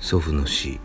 祖父の死。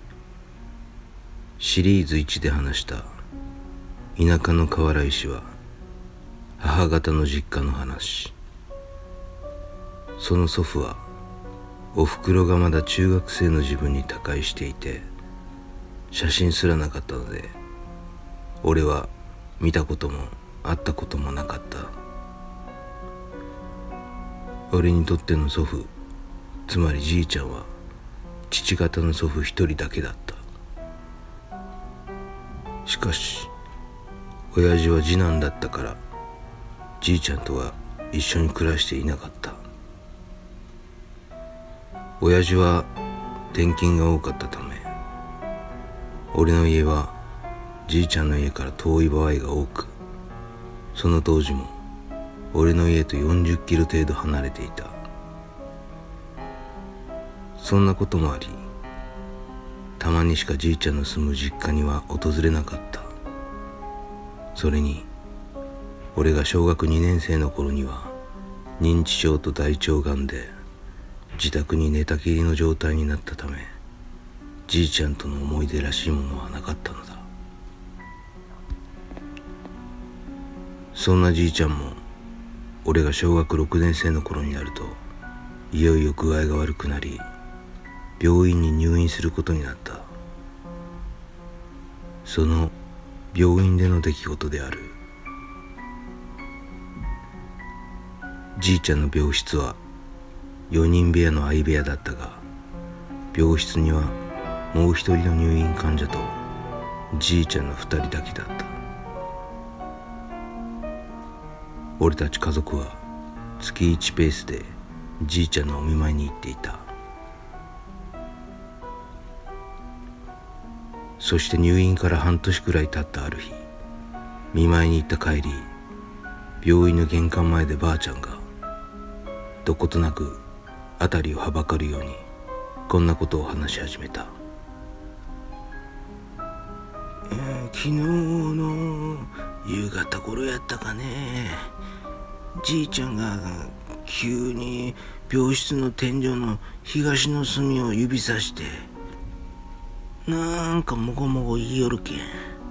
シリーズ1で話した田舎の河原石は母方の実家の話。その祖父はおふくろがまだ中学生の自分に他界していて、写真すらなかったので俺は見たことも会ったこともなかった。俺にとっての祖父、つまりじいちゃんは父方の祖父一人だけだった。しかし親父は次男だったからじいちゃんとは一緒に暮らしていなかった。親父は転勤が多かったため、俺の家はじいちゃんの家から遠い場合が多く、その当時も俺の家と40キロ程度離れていた。そんなこともあり、たまにしかじいちゃんの住む実家には訪れなかった。それに俺が小学2年生の頃には認知症と大腸がんで自宅に寝たきりの状態になったため、じいちゃんとの思い出らしいものはなかったのだ。そんなじいちゃんも俺が小学6年生の頃になるといよいよ具合が悪くなり、病院に入院することになった。その病院での出来事である。じいちゃんの病室は4人部屋の相部屋だったが、病室にはもう一人の入院患者とじいちゃんの2人だけだった。俺たち家族は月1ペースでじいちゃんのお見舞いに行っていた。そして入院から半年くらい経ったある日、見舞いに行った帰り、病院の玄関前でばあちゃんがどことなく辺りをはばかるようにこんなことを話し始めた。 昨日の夕方頃やったかね、じいちゃんが急に病室の天井の東の隅を指さしてなんかもごもご言いよるけん。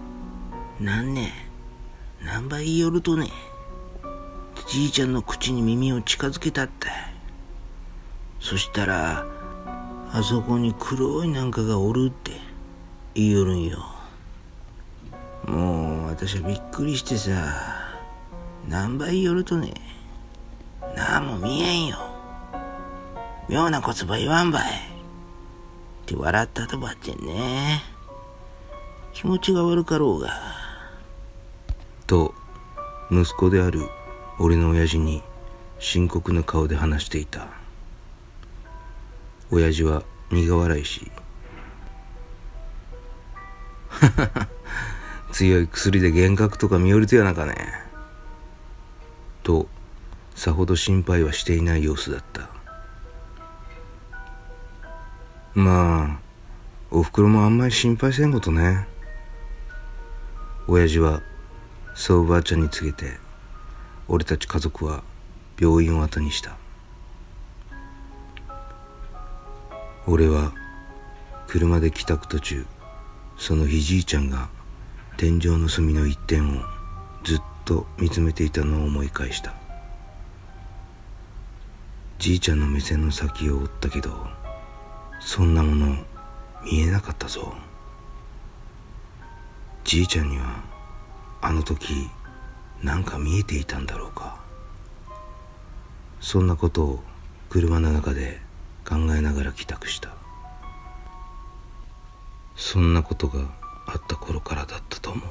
なんば言いよるとね。じいちゃんの口に耳を近づけたった。そしたらあそこに黒いなんかがおるって言いよるんよ。もう私はびっくりしてさ、なんば言いよるとね、なんも見えんよ。妙な言葉言わんばいって笑ったとばってんね。気持ちが悪かろうが。 と息子である俺の親父に深刻な顔で話していた。親父は苦笑いし強い薬で幻覚とか見よりとやなかねとさほど心配はしていない様子だった。まあおふくろもあんまり心配せんことね。親父はそうばあちゃんに告げて、俺たち家族は病院を後にした。俺は車で帰宅途中、その日じいちゃんが天井の隅の一点をずっと見つめていたのを思い返した。じいちゃんの目線の先を追ったけど、そんなもの見えなかったぞ。じいちゃんにはあの時なんか見えていたんだろうか。そんなことを車の中で考えながら帰宅した。そんなことがあった頃からだったと思う。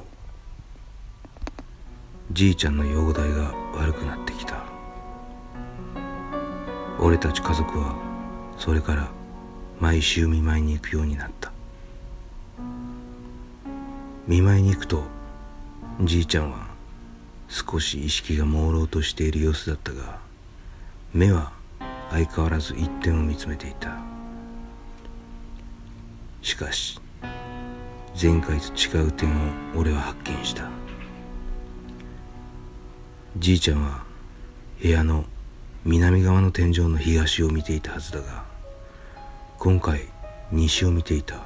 じいちゃんの容体が悪くなってきた。俺たち家族はそれから毎週見舞いに行くようになった。見舞いに行くとじいちゃんは少し意識が朦朧としている様子だったが、目は相変わらず一点を見つめていた。しかし前回と違う点を俺は発見した。じいちゃんは部屋の南側の天井の東を見ていたはずだが、今回西を見ていた。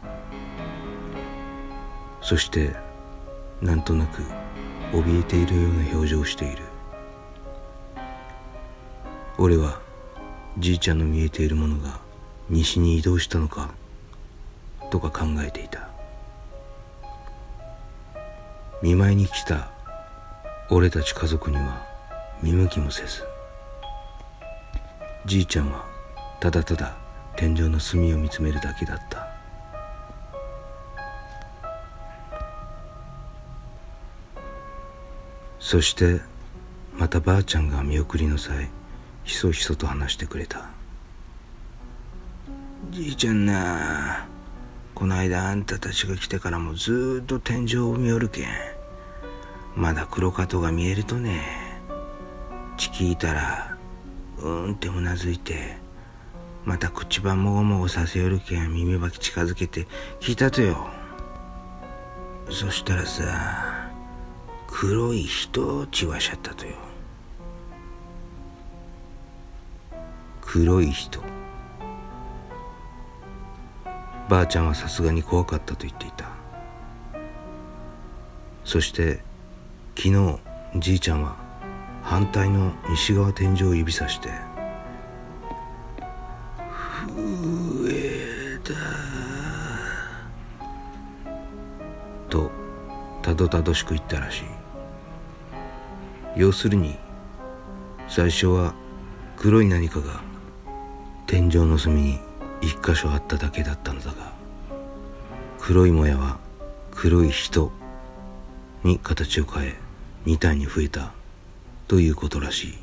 そしてなんとなく怯えているような表情をしている。俺はじいちゃんの見えているものが西に移動したのかとか考えていた。見舞いに来た俺たち家族には見向きもせず、じいちゃんはただただ天井の隅を見つめるだけだった。そしてまたばあちゃんが見送りの際ひそひそと話してくれた。 じいちゃんな、この間あんたたちが来てからもずーっと天井を見よるけん、まだ黒かとが見えるとね。ち聞いたらってうなずいて、また口ばもごもごさせよるけん耳ばき近づけて聞いたとよ。そしたらさ、黒い人ちわしゃったとよ。 黒い人。ばあちゃんはさすがに怖かったと言っていた。そして昨日じいちゃんは反対の西側天井を指さして、 上だとたどたどしく言ったらしい。要するに最初は黒い何かが天井の隅に一箇所あっただけだったのだが、黒いもやは黒い人に形を変え2体に増えたということらしい。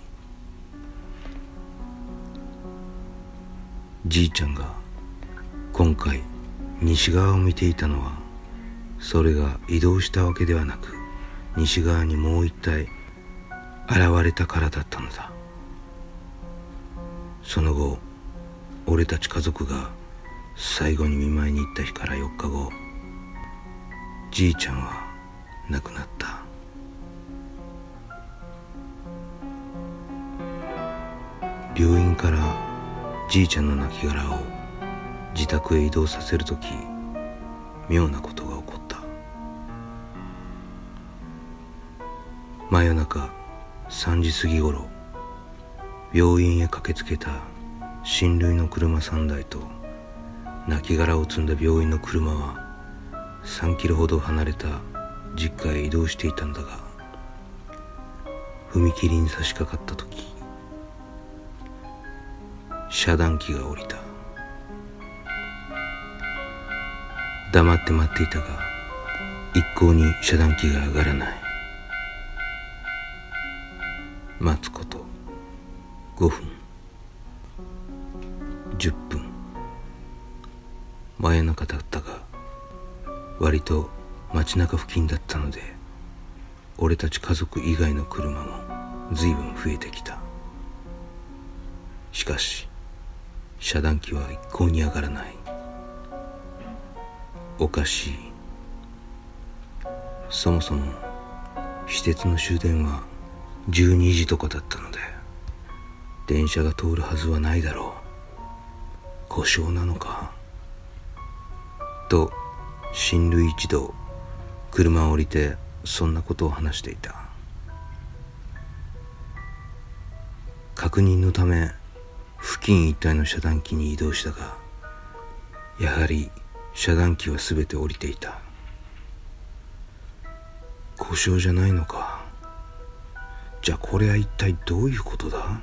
じいちゃんが今回西側を見ていたのは、それが移動したわけではなく、西側にもう一体現れたからだったのだ。その後俺たち家族が最後に見舞いに行った日から4日後、じいちゃんは亡くなった。病院からじいちゃんの亡骸を自宅へ移動させるとき、妙なことが起こった。真夜中3時過ぎ頃、病院へ駆けつけた親類の車3台と亡骸を積んだ病院の車は3キロほど離れた実家へ移動していたのだが、踏切に差し掛かった時、遮断機が下りた。黙って待っていたが一向に遮断機が上がらない。待つこと5分、10分。真夜中だったが割と街中付近だったので、俺たち家族以外の車も随分増えてきた。しかし遮断機は一向に上がらない。おかしい。そもそも私鉄の終電は12時とかだったので、電車が通るはずはないだろう。故障なのかと親類一同車を降りてそんなことを話していた。確認のため付近一帯の遮断機に移動したが、やはり遮断機はすべて降りていた。故障じゃないのか。じゃあこれは一体どういうことだ。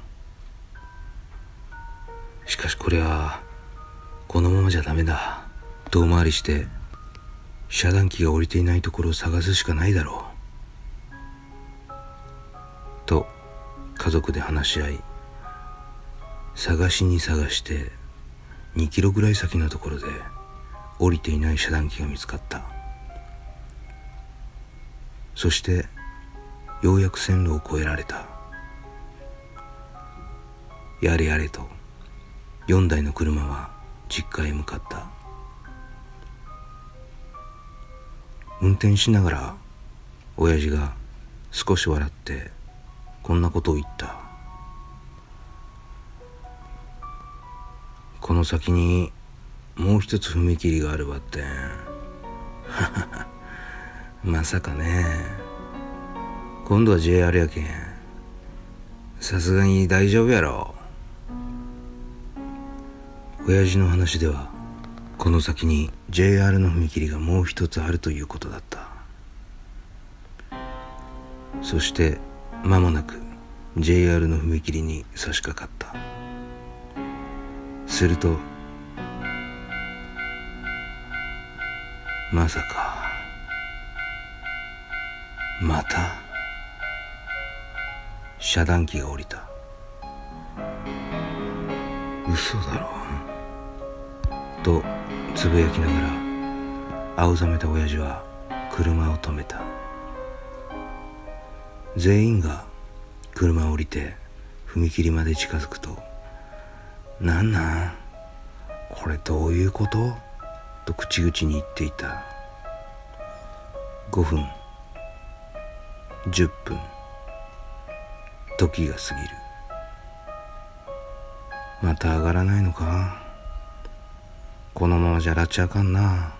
しかしこれはこのままじゃダメだ。遠回りして遮断機が降りていないところを探すしかないだろうと家族で話し合い、探しに探して2キロぐらい先のところで降りていない遮断機が見つかった。そしてようやく線路を越えられた。やれやれと4台の車は実家へ向かった。運転しながら親父が少し笑ってこんなことを言った。この先にもう一つ踏切があるわってまさかね。今度は JR やけんさすがに大丈夫やろ。親父の話ではこの先に JR の踏切がもう一つあるということだった。そして間もなく JR の踏切に差し掛かった。するとまさかまた遮断機が下りた。嘘だろとつぶやきながら青ざめた親父は車を止めた。全員が車を降りて踏切まで近づくと、なんこれどういうこと?と口々に言っていた。5分10分時が過ぎる。また上がらないのか。このままじゃらっちゃあかんな。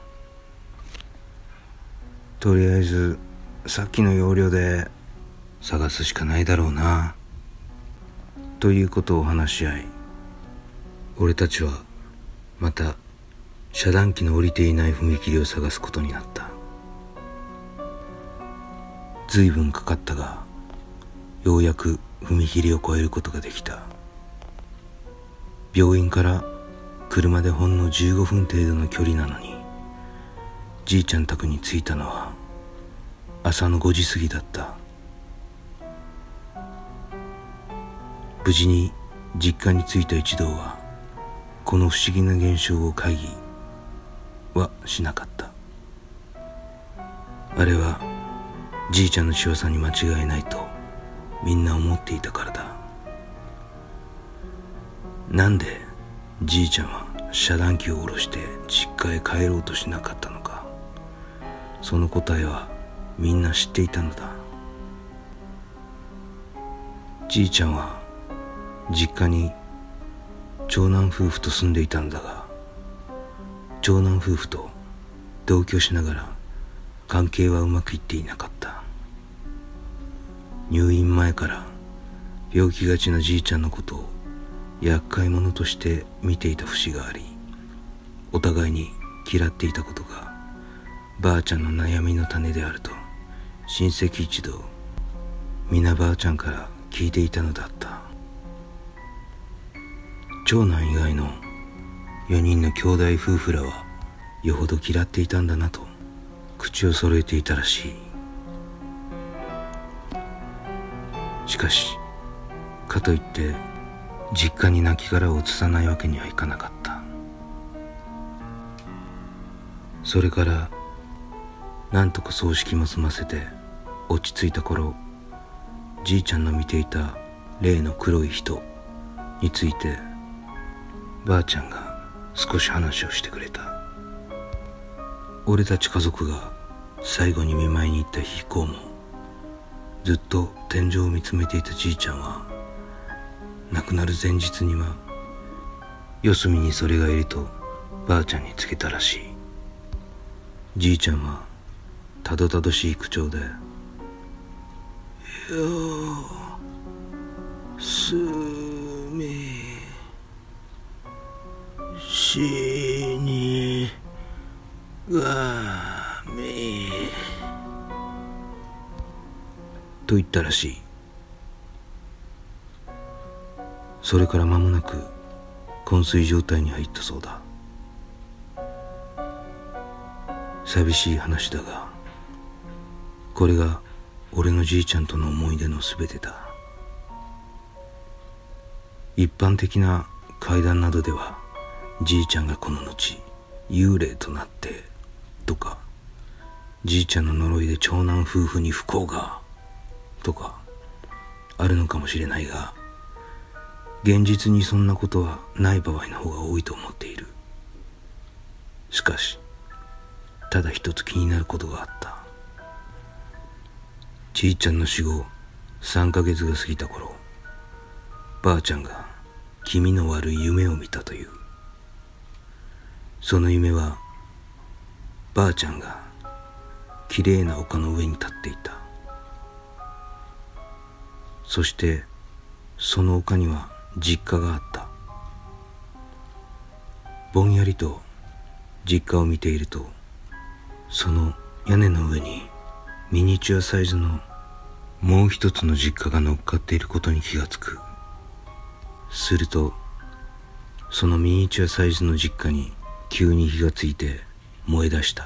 とりあえずさっきの要領で探すしかないだろうな、ということを話し合い、俺たちはまた遮断機の降りていない踏切を探すことになった。ずいぶんかかったが、ようやく踏切を越えることができた。病院から車でほんの15分程度の距離なのに、じいちゃん宅に着いたのは朝の5時過ぎだった。無事に実家に着いた一同はこの不思議な現象を会議はしなかった。あれはじいちゃんの仕業に間違いないとみんな思っていたからだ。なんでじいちゃんは遮断機を下ろして実家へ帰ろうとしなかったのか、その答えはみんな知っていたのだ。じいちゃんは実家に長男夫婦と住んでいたのだが、長男夫婦と同居しながら関係はうまくいっていなかった。入院前から病気がちなじいちゃんのことを厄介者として見ていた節があり、お互いに嫌っていたことがばあちゃんの悩みの種であると親戚一同皆ばあちゃんから聞いていたのだった。長男以外の4人の兄弟夫婦らはよほど嫌っていたんだなと口を揃えていたらしい。しかしかといって実家に亡骸を移さないわけにはいかなかった。それからなんとか葬式も済ませて落ち着いた頃、じいちゃんの見ていた例の黒い人についてばあちゃんが少し話をしてくれた。俺たち家族が最後に見舞いに行った日以降もずっと天井を見つめていたじいちゃんは、亡くなる前日には四隅にそれがいるとばあちゃんに告げたらしい。じいちゃんはたどたどしい口調で、よすみ死にがみと言ったらしい。それから間もなく昏睡状態に入ったそうだ。寂しい話だが、これが俺のじいちゃんとの思い出のすべてだ。一般的な怪談などでは、じいちゃんがこの後幽霊となってとか、じいちゃんの呪いで長男夫婦に不幸がとかあるのかもしれないが、現実にそんなことはない場合の方が多いと思っている。しかし、ただ一つ気になることがあった。じいちゃんの死後3ヶ月が過ぎた頃、ばあちゃんが気味の悪い夢を見たという。 その夢はばあちゃんがきれいな丘の上に立っていた。そしてその丘には実家があった。ぼんやりと実家を見ていると、その屋根の上にミニチュアサイズのもう一つの実家が乗っかっていることに気がつく。するとそのミニチュアサイズの実家に急に火がついて燃え出した。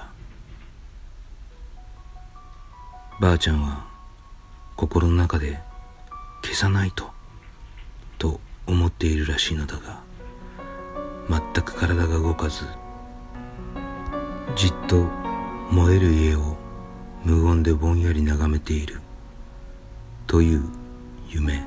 ばあちゃんは心の中で消さないと思っているらしいのだが、全く体が動かず、じっと燃える家を無言でぼんやり眺めているという夢。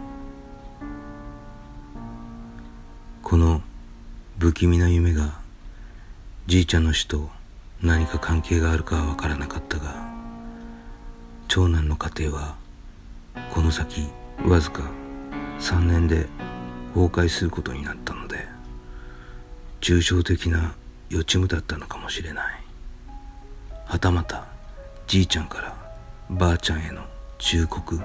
この不気味な夢がじいちゃんの死と何か関係があるかは分からなかったが、長男の家庭はこの先わずか3年で崩壊することになったので、抽象的な予知夢だったのかもしれない。はたまたじいちゃんからばあちゃんへの忠告。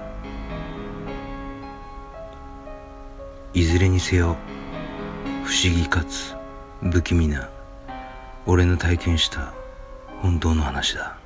いずれにせよ不思議かつ不気味な俺の体験した本当の話だ。